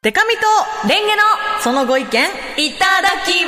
デカミとレンゲのそのご意見いただきます。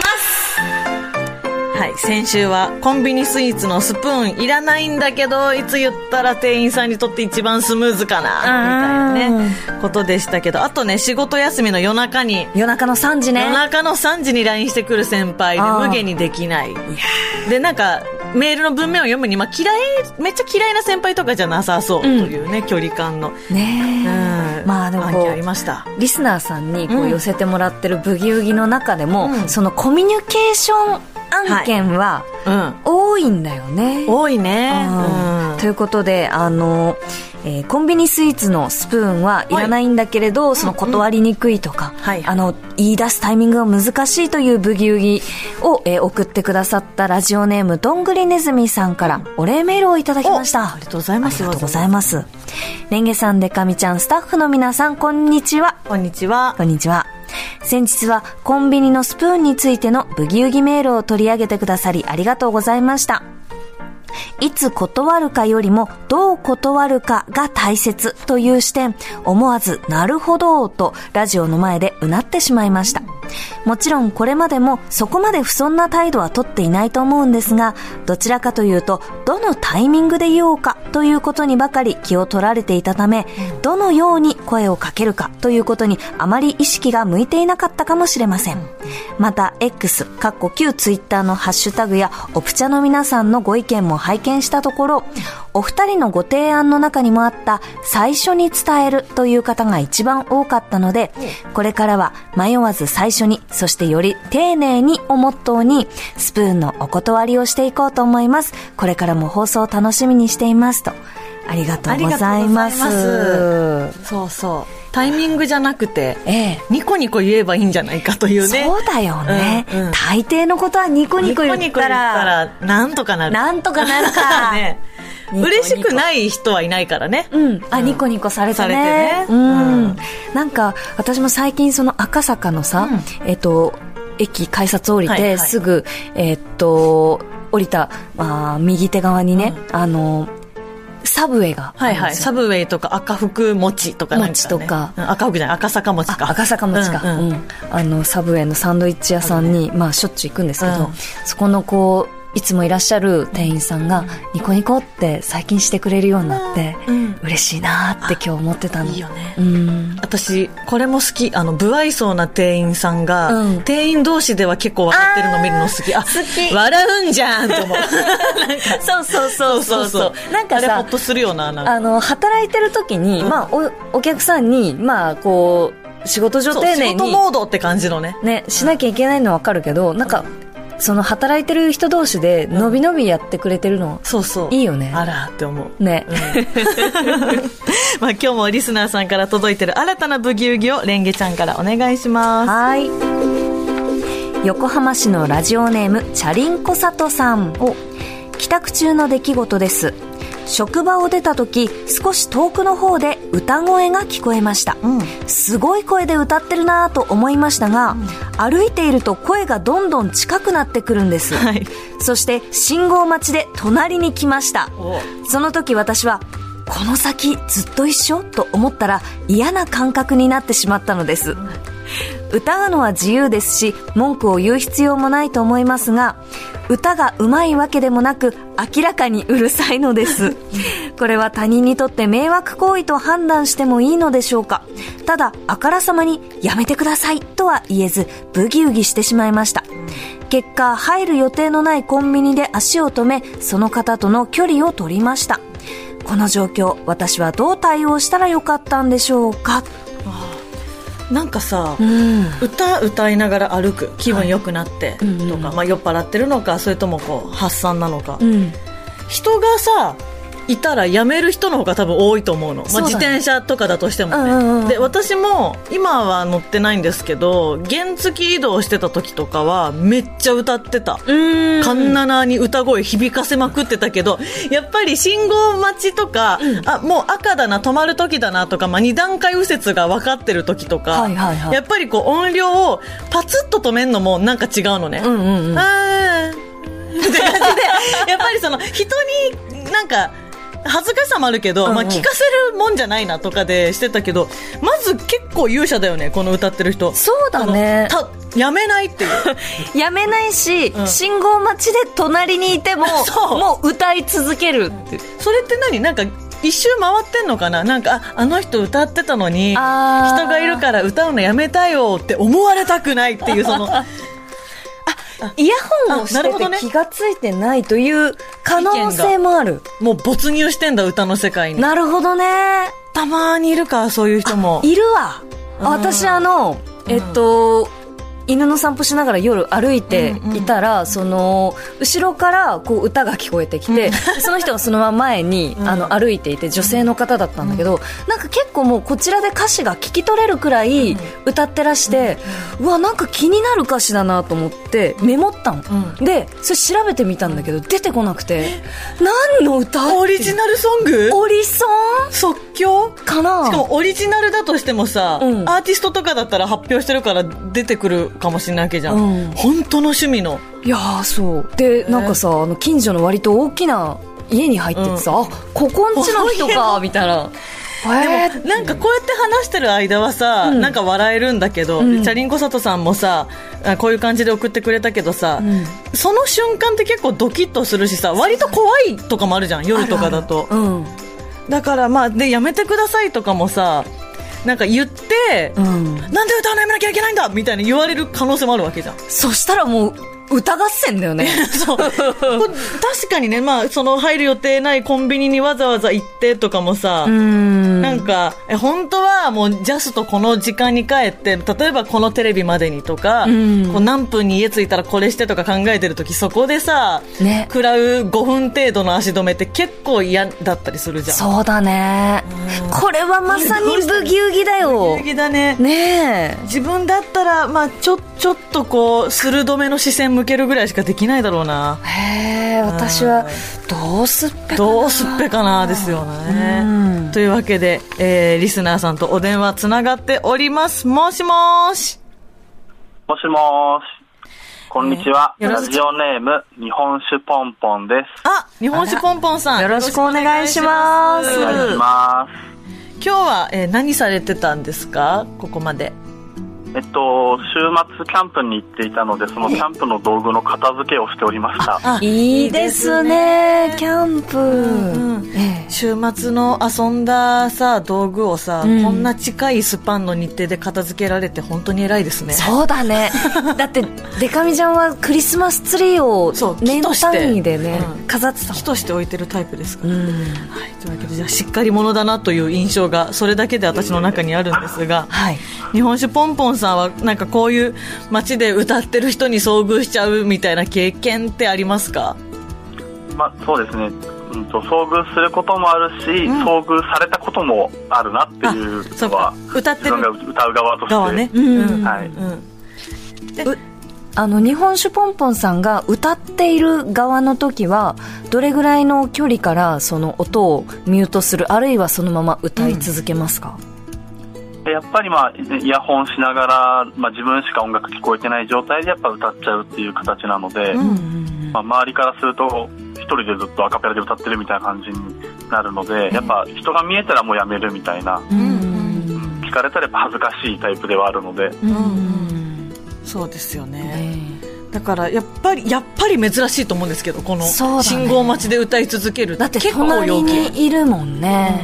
はい、先週はコンビニスイーツのスプーンいらないんだけどいつ言ったら店員さんにとって一番スムーズかなみたいなねことでしたけど、あとね、仕事休みの夜中の3時ね、夜中の3時に LINE してくる先輩で無下にできない。で、なんかメールの文面を読むに、めっちゃ嫌いな先輩とかじゃなさそうというね、距離感のねえ、まあでもこうありました。 リスナーさんにこう寄せてもらってるブギウギの中でも、そのコミュニケーション案件は多いんだよね。 多いね。 ということでコンビニスイーツのスプーンはいらないんだけれど、その断りにくいとか、言い出すタイミングが難しいというブギウギを、送ってくださったラジオネームどんぐりねずみさんからお礼メールをいただきました。 ありがとうございます。 ありがとうございます。レンゲさん、デカミちゃん、スタッフの皆さん、こんにちは。 こんにちは。 こんにちは。先日はコンビニのスプーンについてのブギウギメールを取り上げてくださりありがとうございました。いつ断るかよりもどう断るかが大切という視点、思わずなるほどとラジオの前でうなってしまいました。もちろんこれまでもそこまで不遜な態度は取っていないと思うんですが、どちらかというとどのタイミングで言おうかということにばかり気を取られていたため、どのように声をかけるかということにあまり意識が向いていなかったかもしれません。また X 旧ツイッターのハッシュタグやオプチャの皆さんのご意見も拝見したところ、お二人のご提案の中にもあった最初に伝えるという方が一番多かったので、これからは迷わず最初に、そしてより丁寧にをモットーにスプーンのお断りをしていこうと思います。これからも放送を楽しみにしていますと。ありがとうございます。 そうそう、タイミングじゃなくて、ニコニコ言えばいいんじゃないかというね。 そうだよね、大抵のことはニコニコ言ったらなんとかなる。 なんとかなるかね、嬉しくない人はいないからね。 ニコニコされてね。なんか私も最近その赤坂のさ、駅改札降りてすぐ、降りた、右手側にね、サブウェイがあるんですよ。 サブウェイとか赤福餅とかなんか、ね、 餅とか、 赤福じゃない、赤坂餅か。 赤坂餅か。サブウェイのサンドイッチ屋さんに、しょっちゅう行くんですけど、そこのこういつもいらっしゃる店員さんがニコニコって最近してくれるようになって、嬉しいなって今日思ってたの。いいよね。 私これも好き。不愛想な店員さんが、店員同士では結構笑ってるの見るの好き。好き。笑うんじゃんと思う。そう。なんかさ、あれホッとするよな。 働いてる時に、お客さんにこう仕事上丁寧に仕事モードって感じのねしなきゃいけないのは分かるけど、なんかその働いてる人同士でのびのびやってくれてるの、いいよね。 あらって思うね。 今日もリスナーさんから届いてる新たなブギウギをレンゲちゃんからお願いします。 はい。横浜市のラジオネームチャリンコサトさん。帰宅中の出来事です。職場を出た時、少し遠くの方で歌声が聞こえました。すごい声で歌ってるなと思いましたが、歩いていると声がどんどん近くなってくるんです。そして信号待ちで隣に来ました。その時私はこの先ずっと一緒と思ったら嫌な感覚になってしまったのです。歌うのは自由ですし、文句を言う必要もないと思いますが、歌が上手いわけでもなく明らかにうるさいのです。これは他人にとって迷惑行為と判断してもいいのでしょうか。ただあからさまにやめてくださいとは言えず、ブギウギしてしまいました。結果、入る予定のないコンビニで足を止め、その方との距離を取りました。この状況、私はどう対応したらよかったんでしょうか。 なんかさ、歌いながら歩く、気分良くなってとか、酔っ払ってるのか、それともこう発散なのか、人がさいたらやめる人の方が多分多いと思うの。自転車とかだとしてもね。で、私も今は乗ってないんですけど、原付移動してた時とかはめっちゃ歌ってた。カンナナに歌声響かせまくってたけど、やっぱり信号待ちとか、もう赤だな、止まる時だなとか、2段階右折が分かってる時とか、やっぱりこう音量をパツッと止めるのもなんか違うのね。って感じで、やっぱりその人になんか恥ずかしさもあるけど、まあ、聞かせるもんじゃないなとかでしてたけど、まず結構勇者だよね、この歌ってる人。 そうだね。 やめないっていうやめないし、信号待ちで隣にいてももう歌い続けるって。 それって何、なんか一周回ってんのかな、なんかあの人歌ってたのに人がいるから歌うのやめたよって思われたくないっていう、そのイヤホンをしてて気がついてないという可能性もある。 もう没入してんだ、歌の世界に。 なるほどね。 たまにいるか、そういう人もいるわ。私犬の散歩しながら夜歩いていたら、その後ろからこう歌が聞こえてきて、その人がそのまま前に歩いていて、女性の方だったんだけど、なんか結構もうこちらで歌詞が聞き取れるくらい歌ってらして、うわ、なんか気になる歌詞だなと思ってメモったの、でそれ調べてみたんだけど出てこなくて、何の歌？ オリジナルソング？ オリソン？ 即興かな。 しかもオリジナルだとしてもさ、アーティストとかだったら発表してるから出てくるかもしれないわけじゃん、本当の趣味の。 いやー、そうで、なんかさ、近所の割と大きな家に入っててさ、あ、ここんちの人かみたいな。 でもなんかこうやって話してる間はさ、なんか笑えるんだけど、チャリンコ佐藤さんもさ、こういう感じで送ってくれたけどさ、その瞬間って結構ドキッとするしさ、割と怖いとかもあるじゃん、夜とかだと。だからまあで、やめてくださいとかもさ、なんか言って、なんで歌わないやめなきゃいけないんだみたいに言われる可能性もあるわけじゃん。 そしたらもう歌合戦だよね。 そう確かにね、まあその入る予定ないコンビニにわざわざ行ってとかもさ、なんか本当はもうジャストこの時間に帰って、例えばこのテレビまでにとか、こう何分に家着いたらこれしてとか考えてるとき、そこでさ、食らう5分程度の足止めって結構嫌だったりするじゃん。 そうだね、これはまさにブギウギだよ。 ブギウギだね。 ねえ、 自分だったら、まあ、ちょっとこう鋭めの視線向けるぐらいしかできないだろうな。 へえ、私はどうすっぺかなですよね。というわけで、リスナーさんとお電話つながっております。もしもーし。 もしもーし。こんにちは。ラジオネーム日本酒ポンポンです。 あ、日本酒ポンポンさん、 よろしくお願いします。 お願いします。 今日は、何されてたんですか、ここまで。 週末キャンプに行っていたので、そのキャンプの道具の片付けをしておりました。 いいですね、キャンプ、 週末の遊んださ道具をさ、こんな近いスパンの日程で片付けられて本当に偉いですね。そうだね。だってデカミちゃんはクリスマスツリーを年単位でね、飾ってた。 木として置いてるタイプですから、はい、というわけで、じゃあしっかり者だなという印象がそれだけで私の中にあるんですが、日本酒ポンポンさんはなんかこういう街で歌ってる人に遭遇しちゃうみたいな経験ってありますか？ まあ、そうですね、遭遇することもあるし、遭遇されたこともあるなっていうのは、 歌ってる自分が歌う側として側ね、 日本酒ポンポンさんが歌っている側の時はどれぐらいの距離からその音をミュートする、あるいはそのまま歌い続けますか？ やっぱりまあイヤホンしながら、まあ、自分しか音楽聞こえてない状態でやっぱ歌っちゃうっていう形なので、まあ、周りからすると一人でずっとアカペラで歌ってるみたいな感じになるので、やっぱ人が見えたらもうやめるみたいな、聞かれたらやっぱ恥ずかしいタイプではあるので、 そうですよね。だからやっぱり珍しいと思うんですけど、この信号待ちで歌い続けるって。 だって隣にいるもんね。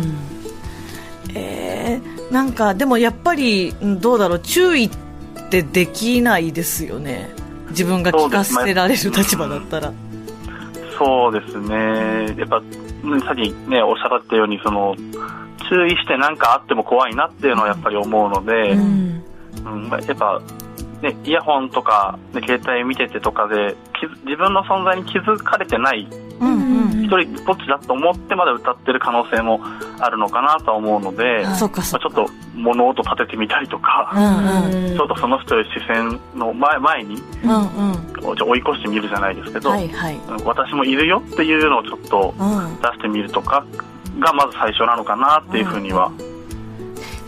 なんかでもやっぱりどうだろう、注意ってできないですよね、自分が聞かせられる立場だったら。 そうですね、やっぱさっきねおっしゃったように、その注意して何かあっても怖いなっていうのはやっぱり思うので、やっぱね、イヤホンとか、ね、携帯見ててとかで自分の存在に気づかれてない、一人ぼっちだと思ってまだ歌ってる可能性もあるのかなとは思うので、ちょっと物音立ててみたりとか、ちょっとその人の視線の前に、追い越してみるじゃないですけど、私もいるよっていうのをちょっと出してみるとかがまず最初なのかなっていうふうには。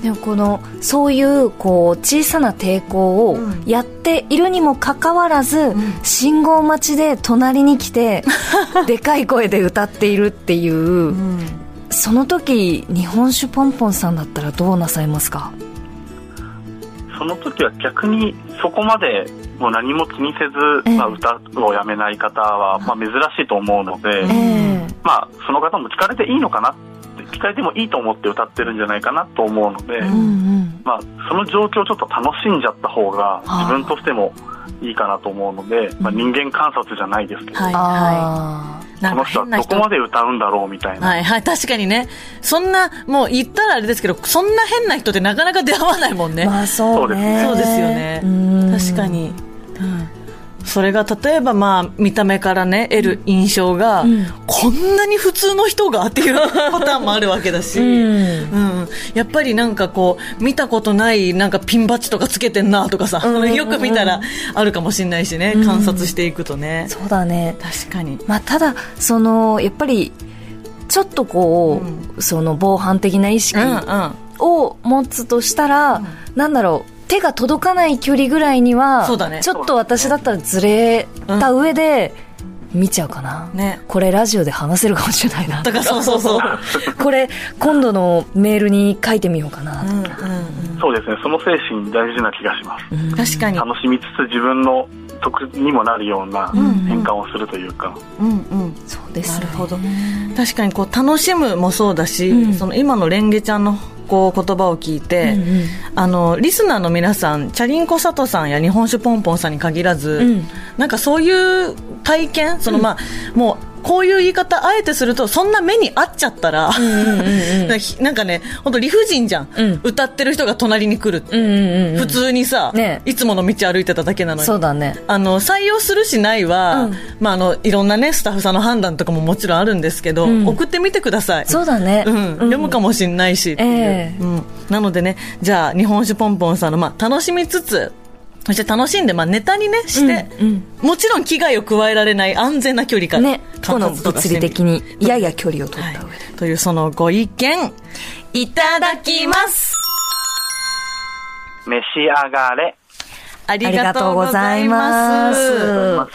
でもそういう小さな抵抗をやっているにもかかわらず、信号待ちで隣に来てでかい声で歌っているっていう、その時日本酒ポンポンさんだったらどうなさいますか？ その時は逆にそこまでもう何も気にせず、歌をやめない方は、珍しいと思うので、その方も聞かれていいのかなって聞かれてもいいと思って歌ってるんじゃないかなと思うので、その状況をちょっと楽しんじゃった方が自分としてもいいかなと思うので、人間観察じゃないですけど、この人はどこまで歌うんだろうみたいな、 確かにね、そんなもう言ったらあれですけど、そんな変な人ってなかなか出会わないもんね。 そうですね。 そうですよね。確かに、それが例えば見た目からね得る印象が、こんなに普通の人がっていうパターンもあるわけだし、やっぱりなんか見たことないなんかピンバッジとかつけてんなとかさ、よく見たらあるかもしれないしね、観察していくとね。 そうだね。 確かに。 ただやっぱりちょっとその防犯的な意識を持つとしたら、なんだろう、手が届かない距離ぐらいには、ちょっと私だったらずれた上で見ちゃうかな、これラジオで話せるかもしれないなとか、これ今度のメールに書いてみようかなとか、 そうですね、その精神大事な気がします。 確かに楽しみつつ自分の得にもなるような変換をするというか、 そうですね。 なるほど。確かに楽しむもそうだし、その今のレンゲちゃんの言葉を聞いて、リスナーの皆さん、チャリンコ佐藤さんや日本酒ポンポンさんに限らず、なんかそういう体験、もうこういう言い方あえてすると、そんな目に合っちゃったら、なんかね、本当理不尽じゃん、歌ってる人が隣に来る、普通にさ、いつもの道歩いてただけなのに。 そうだね。 採用するしないは、いろんなねスタッフさんの判断とかももちろんあるんですけど、送ってみてください。 そうだね。 読むかもしれないしっていう、なのでね、じゃあ日本酒ポンポンさんの楽しみつつ、そして楽しんで、ネタにねして、もちろん危害を加えられない安全な距離からこの物理的にやや距離を取った上で、 というそのご意見いただきます。 召し上がれ。 ありがとうございます。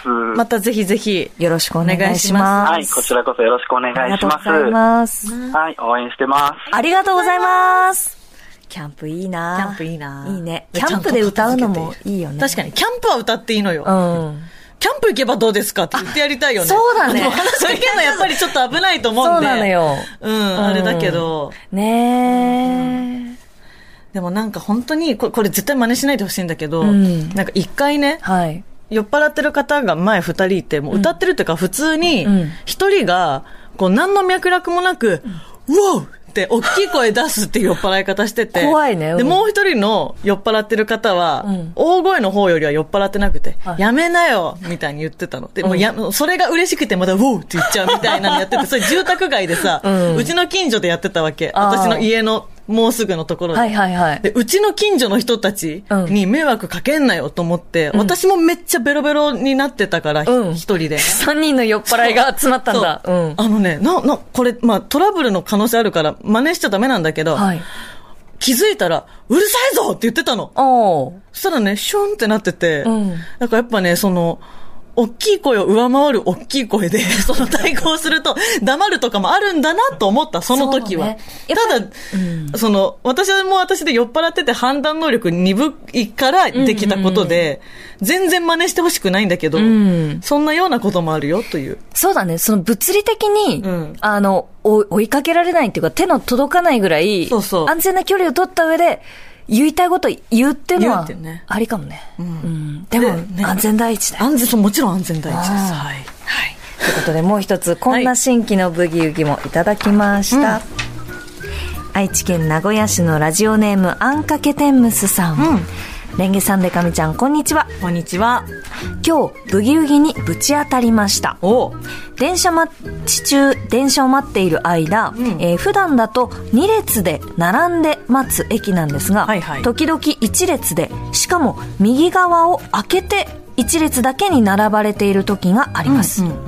またぜひぜひよろしくお願いします。 はい、こちらこそよろしくお願いします。ありがとうございます。はい、応援してます。 ありがとうございます。キャンプいいな。 キャンプいいな。 いいね。キャンプで歌うのもいいよね。 確かにキャンプは歌っていいのよ。キャンプ行けばどうですかって言ってやりたいよね。 そうだね。 話しかけるのやっぱりちょっと危ないと思うんで。 そうなのよ。 あれだけど。 ねえ。 でもなんか本当にこれ絶対真似しないでほしいんだけど、なんか一回ね、酔っ払ってる方が前2人いて、もう歌ってるっていうか普通に1人が何の脈絡もなく、ウォーって大きい声出すっていう酔っ払い方してて、 怖いね。 でもう一人の酔っ払ってる方は、大声の方よりは酔っ払ってなくて、やめなよみたいに言ってたので、もうそれが嬉しくてまだウォーって言っちゃうみたいなのやってて、それ住宅街でさ、うちの近所でやってたわけ。私の家のもうすぐのところで、でうちの近所の人たちに迷惑かけんなよと思って、私もめっちゃベロベロになってたから一人で 3人の酔っ払いが集まったんだ。 これトラブルの可能性あるから真似しちゃダメなんだけど、気づいたらうるさいぞって言ってたの。そしたらねシュンってなってて、なんかやっぱね大きい声を上回る大きい声で対抗すると黙るとかもあるんだなと思った、その時は。ただ、私も私で酔っ払ってて判断能力鈍いからできたことで、全然真似してほしくないんだけど、そんなようなこともあるよという。 そうだね、物理的に、追いかけられないっていうか手の届かないぐらい、安全な距離を取った上で、言いたいこと言うっていうのはありかもね。でも、安全第一だよ。 もちろん安全第一です。はい。 ということでもう一つ、こんな新規のブギウギもいただきました。愛知県名古屋市のラジオネームあんかけテンムスさん。レンゲさんでかみちゃん、こんにちは。 こんにちは。 今日ブギウギにぶち当たりました。電車待ち中、電車を待っている間、普段だと2列で並んで待つ駅なんですが、時々1列で、しかも右側を開けて1列だけに並ばれている時があります。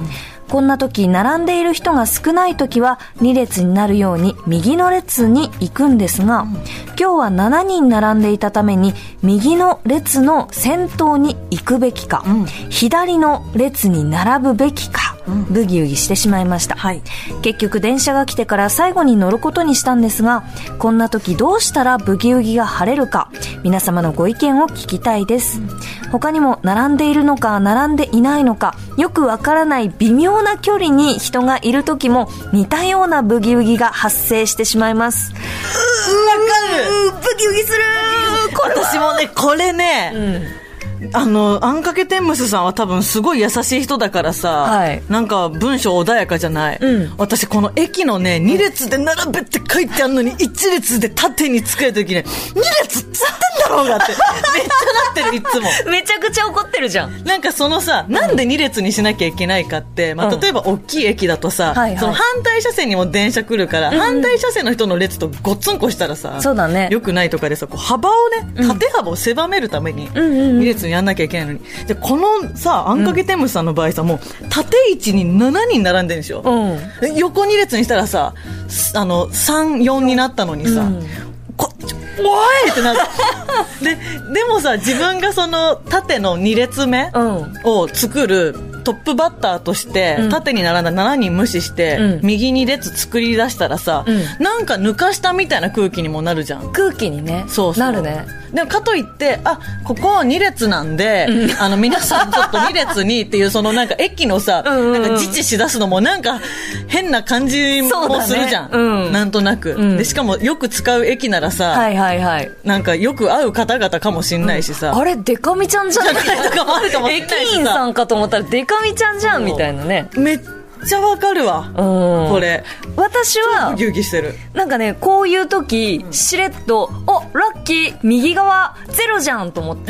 こんな時、並んでいる人が少ない時は2列になるように右の列に行くんですが、今日は7人並んでいたために右の列の先頭に行くべきか、左の列に並ぶべきか、ブギウギしてしまいました、はい、結局電車が来てから最後に乗ることにしたんですが、こんな時どうしたらブギウギが晴れるか、皆様のご意見を聞きたいです、他にも並んでいるのか並んでいないのかよくわからない微妙な距離に人がいる時も似たようなブギウギが発生してしまいます。 わかる、 ブギウギする。 私もねこれね、あんかけ天むすさんは多分すごい優しい人だからさ、はい、なんか文章穏やかじゃない、私この駅のね2列で並べって書いてあるのに1列で縦に作るときね、2列つってんだろうがってめっちゃなってる、いつもめちゃくちゃ怒ってるじゃん。 なんかそのさ、なんで2列にしなきゃいけないかって、まあ、例えば大きい駅だとさ、その反対車線にも電車来るから、反対車線の人の列とごっつんこしたらさ、 そうだね、 よくないとかでさ、こう幅をね、縦幅を狭めるために2列にやんなきゃいけないのに、でこのさあんかけ天むすさんの場合さ、もう縦位置に7人並んでるんですよ、横2列にしたらさ3、4になったのにさ、おいってなってでもさ、自分がその縦の2列目を作るトップバッターとして、縦に並んだ7人無視して、右に列作り出したらさ、なんか抜かしたみたいな空気にもなるじゃん。 空気にね、 そうなるね。 でもかといってここは2列なんで、皆さんちょっと2列にっていうそのなんか駅のさ、なんか自治しだすのもなんか変な感じもするじゃん、なんとなく、でしかもよく使う駅ならさ、なんかよく会う方々かもしんないしさ、 あれデカミちゃんじゃんみたいなとかもあるかもしんないしさ、駅員さんかと思ったらデカミちゃんじゃんみたいなね。 めっちゃわかるわ、これ。 私はギュギュしてる。 なんかね、こういう時、しれっとラッキー右側ゼロじゃんと思って、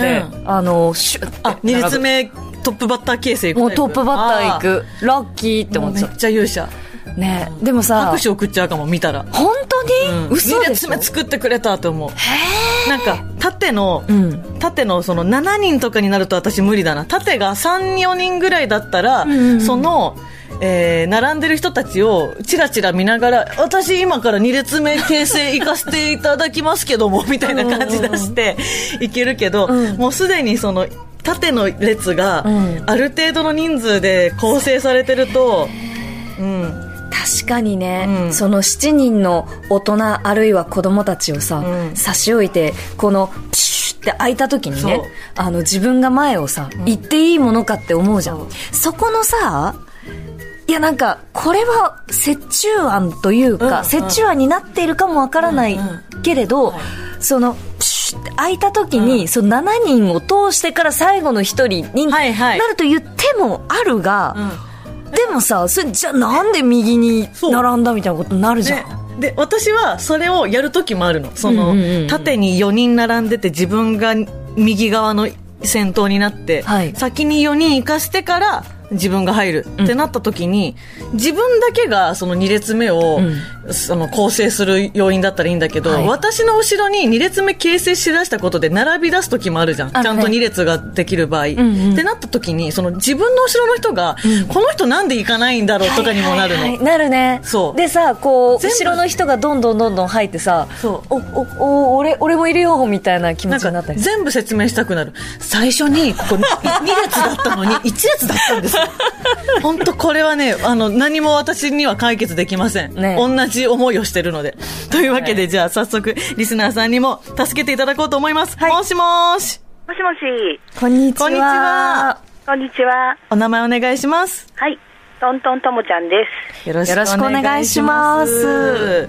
2列目トップバッター形成行く。 もうトップバッター行く、ラッキーって思って。 めっちゃ勇者ね。でもさ、 拍手送っちゃうかも、見たら。 本当に、嘘でしょ。 2列目作ってくれたと思う。なんか縦のその7人とかになると私無理だな。縦が3、4人ぐらいだったら、その並んでる人たちをチラチラ見ながら、私今から2列目形成行かせていただきますけどもみたいな感じ出していけるけど、もうすでにその縦の列がある程度の人数で構成されてると、 確かにね、その7人の大人あるいは子供たちをさ、差し置いてこのプシュって開いた時にね、自分が前をさ、行っていいものかって思うじゃん。そこのさ、いやなんかこれは折衷案というか、折衷案になっているかもわからないけれど、そのプシュって開いた時に、その7人を通してから最後の1人になると言ってもあるが、でもさ、それじゃあなんで右に並んだみたいなことになるじゃん。 で私はそれをやる時もあるの。その、縦に4人並んでて自分が右側の先頭になって、先に4人行かしてから自分が入るってなった時に、自分だけがその2列目を、その構成する要因だったらいいんだけど、私の後ろに2列目形成しだしたことで並び出す時もあるじゃん。ちゃんと2列ができる場合、ってなった時に、その自分の後ろの人が、この人なんで行かないんだろうとかにもなるの。 なるね。 そうでさ、こう後ろの人がどんどん入ってさ、俺もいるよみたいな気持ちになったり。 全部説明したくなる。最初にここ2列だったのに1列だったんです。本当これはね、何も私には解決できません、同じ思いをしてるので。というわけで、じゃあ早速リスナーさんにも助けていただこうと思います、もしもーし。 もしもし。 こんにちは。 こんにちは。 お名前お願いします。 はい、トントンともちゃんです。よろしくお願いします。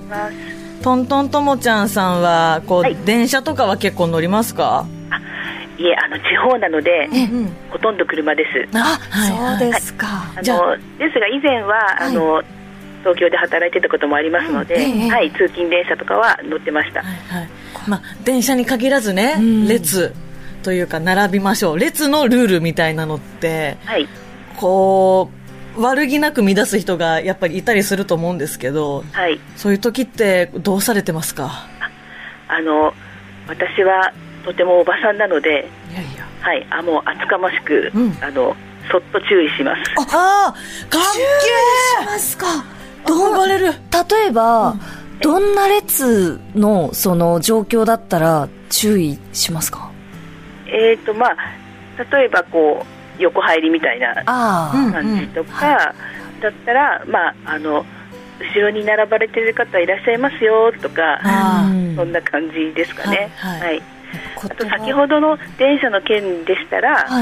トントンともちゃんさんは電車とかは結構乗りますか？ いえ、地方なので、ほとんど車です。 そうですか。 ですが以前は東京で働いてたこともありますので、通勤電車とかは乗ってました。 電車に限らずね、列というか並びましょう、列のルールみたいなのって、こう悪気なく乱す人がやっぱりいたりすると思うんですけど、そういう時ってどうされてますか？ 私はとてもおばさんなので、もう厚かましく、 そっと注意します。 ああ、かっけー。 しますか。 憧れる。 例えば、どんな列のその状況だったら注意しますか？ まあ例えばこう横入りみたいな感じとかだったら、まあ後ろに並ばれてる方いらっしゃいますよとか、そんな感じですかね。はいはい、あと先ほどの電車の件でしたら、はい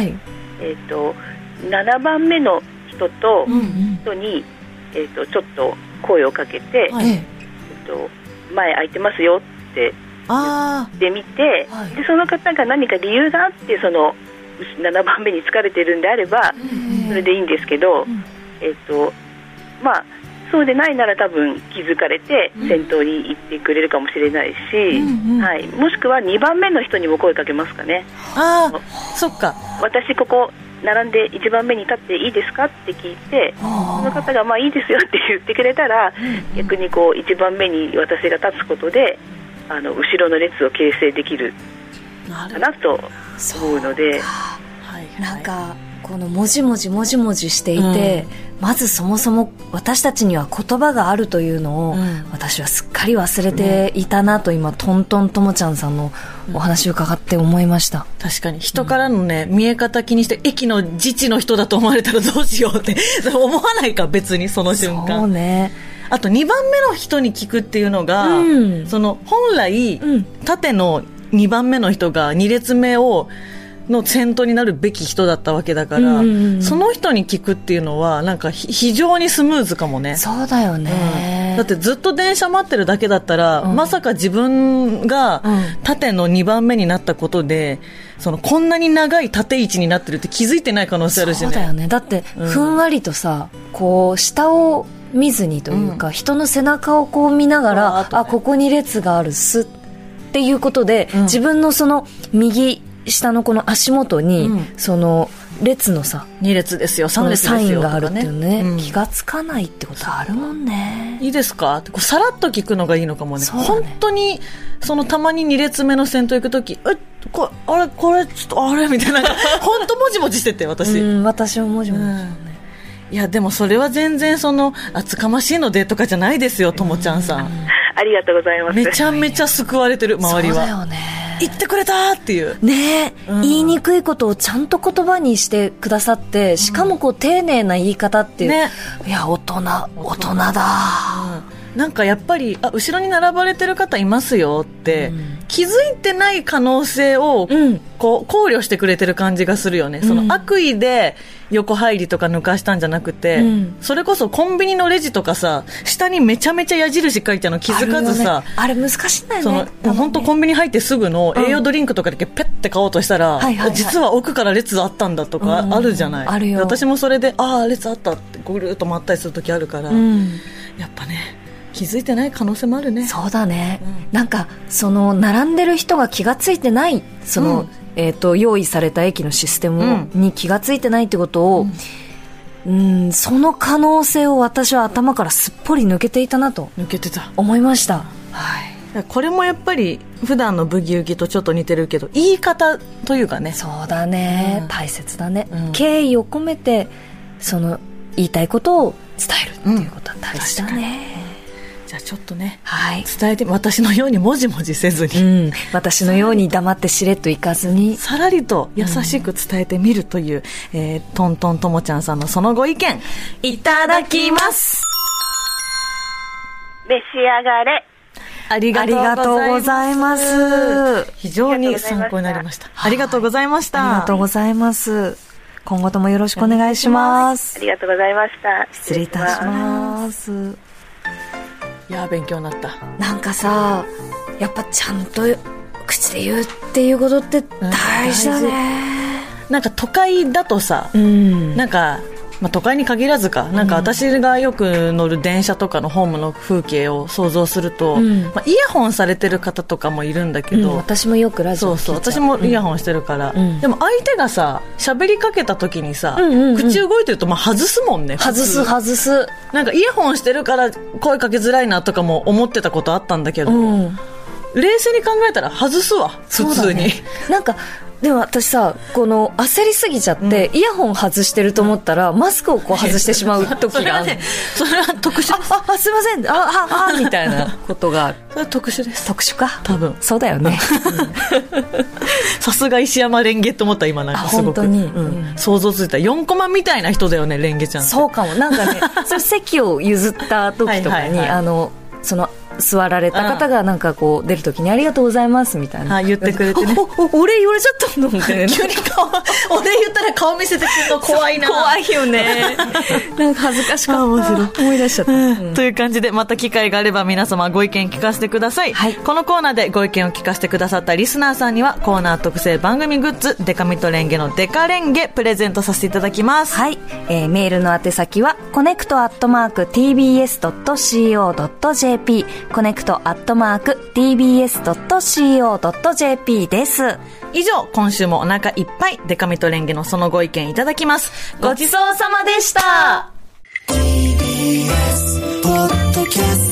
、7番目の人に、ちょっと声をかけて、はい、前空いてますよって言ってみて、はい、でその方が何か理由があってその7番目に疲れてるんであればそれでいいんですけど、まあそうでないなら多分気づかれて先頭に行ってくれるかもしれないし、はい、もしくは2番目の人にも声かけますかね。 ああ、そっか。 私ここ並んで1番目に立っていいですかって聞いて、その方がまあいいですよって言ってくれたら、逆にこう1番目に私が立つことで後ろの列を形成できるかなと思うので、 なんかこのもじもじしていて、まずそもそも私たちには言葉があるというのを、私はすっかり忘れていたなと今トントンともちゃんさんのお話を伺って思いました。 確かに人からのね、見え方気にして駅の自治の人だと思われたらどうしようって思わないか、別にその瞬間。 そうね。 あと2番目の人に聞くっていうのが、その本来、縦の2番目の人が2列目の先頭になるべき人だったわけだから、その人に聞くっていうのはなんか非常にスムーズかもね。 そうだよね、 だってずっと電車待ってるだけだったら、まさか自分が縦の2番目になったことで、こんなに長い縦位置になってるって気づいてない可能性あるしね。 そうだよね。だってふんわりとさ、こう下を見ずにというか、人の背中をこう見ながら、あ、ここに列があるすっていうことで、自分のその右下のこの足元に、その列のさ、 2列ですよ、3列ですよ、 サインがあるっていうね、気がつかないってことあるもんね。 いいですかってさらっと聞くのがいいのかもね。本当にたまに2列目の先頭行くとき、これちょっとあれみたいな本当もじもじしてて、私私ももじもじしてね。 いやでもそれは全然厚かましいのでとかじゃないですよ、ともちゃんさん。 ありがとうございます。 めちゃめちゃ救われてる、周りは。 そうだよね。 言ってくれたっていうね、言いにくいことをちゃんと言葉にしてくださって、しかもこう丁寧な言い方っていう、いや大人だ、 なんかやっぱり後ろに並ばれてる方いますよって、気づいてない可能性をこう考慮してくれてる感じがするよね。悪意で横入りとか抜かしたんじゃなくて、それこそコンビニのレジとかさ、下にめちゃめちゃ矢印書いてあるの気づかずさ、 あれ難しいんだよね。 本当コンビニ入ってすぐの栄養ドリンクとかだけペッて買おうとしたら、実は奥から列あったんだとかあるじゃない。 あるよ。 私もそれで列あったってぐるっと回ったりする時あるから、やっぱね、気づいてない可能性もあるね。 そうだね、なんか並んでる人が気がついてない用意された駅のシステムに気がついてないってことを、その可能性を私は頭からすっぽり抜けていたなと思いました。 これもやっぱり普段のブギウギとちょっと似てるけど、言い方というかね。 そうだね、大切だね、敬意を込めて言いたいことを伝えるっていうことは大事だね。 じゃあちょっとね、伝えて、私のようにもじもじせずに、 私のように黙ってしれっといかずに、 さらりと優しく伝えてみるという、トントンともちゃんさんのそのご意見いただきます。 召し上がれ。 ありがとうございます。非常に参考になりました。ありがとうございました。 ありがとうございます。今後ともよろしくお願いします。 ありがとうございました。 失礼いたします。 いや勉強になった。 なんかさ、やっぱちゃんと口で言うっていうことって大事だね。 なんか都会だとさ、なんか都会に限らずか、なんか私がよく乗る電車とかのホームの風景を想像すると、イヤホンされてる方とかもいるんだけど、 私もよくラジオ聞いちゃう。 私もイヤホンしてるから、でも相手がさ喋りかけた時にさ、口動いてると外すもんね。 外す。 なんかイヤホンしてるから声かけづらいなとかも思ってたことあったんだけど、冷静に考えたら外すわ、普通に。 なんかでも私さ、この焦りすぎちゃって、イヤホン外してると思ったら、マスクをこう外してしまう時がある。 それは特殊です。 すいません、みたいなことが。 それは特殊です。 特殊か。 多分。 そうだよね。 さすが石山レンゲって思った、今なんかすごく。 本当に。 想像ついた。4コマみたいな人だよね、レンゲちゃんって。 そうかも。なんかね、それ席を譲った時とかに、その、座られた方がなんかこう出るときにありがとうござざいますみたいな言ってくれてね。 俺言われちゃったのみたいな。 急に俺言ったら顔見せてくるの怖いな。 怖いよね。なんか恥ずかしかった。思い出しちゃった。 という感じで、また機会があれば皆様ご意見聞かせてください。このコーナーでご意見を聞かせてくださったリスナーさんには、コーナー特製番組グッズ、デカミとレンゲのデカレンゲプレゼントさせていただきます。 はい。メールの宛先は、connect@tbs.co.jp、connect@tbs.co.jp です。 以上、今週もお腹いっぱいデカミとレンゲのそのご意見いただきます。ごちそうさまでした。TBS ポッドキャスト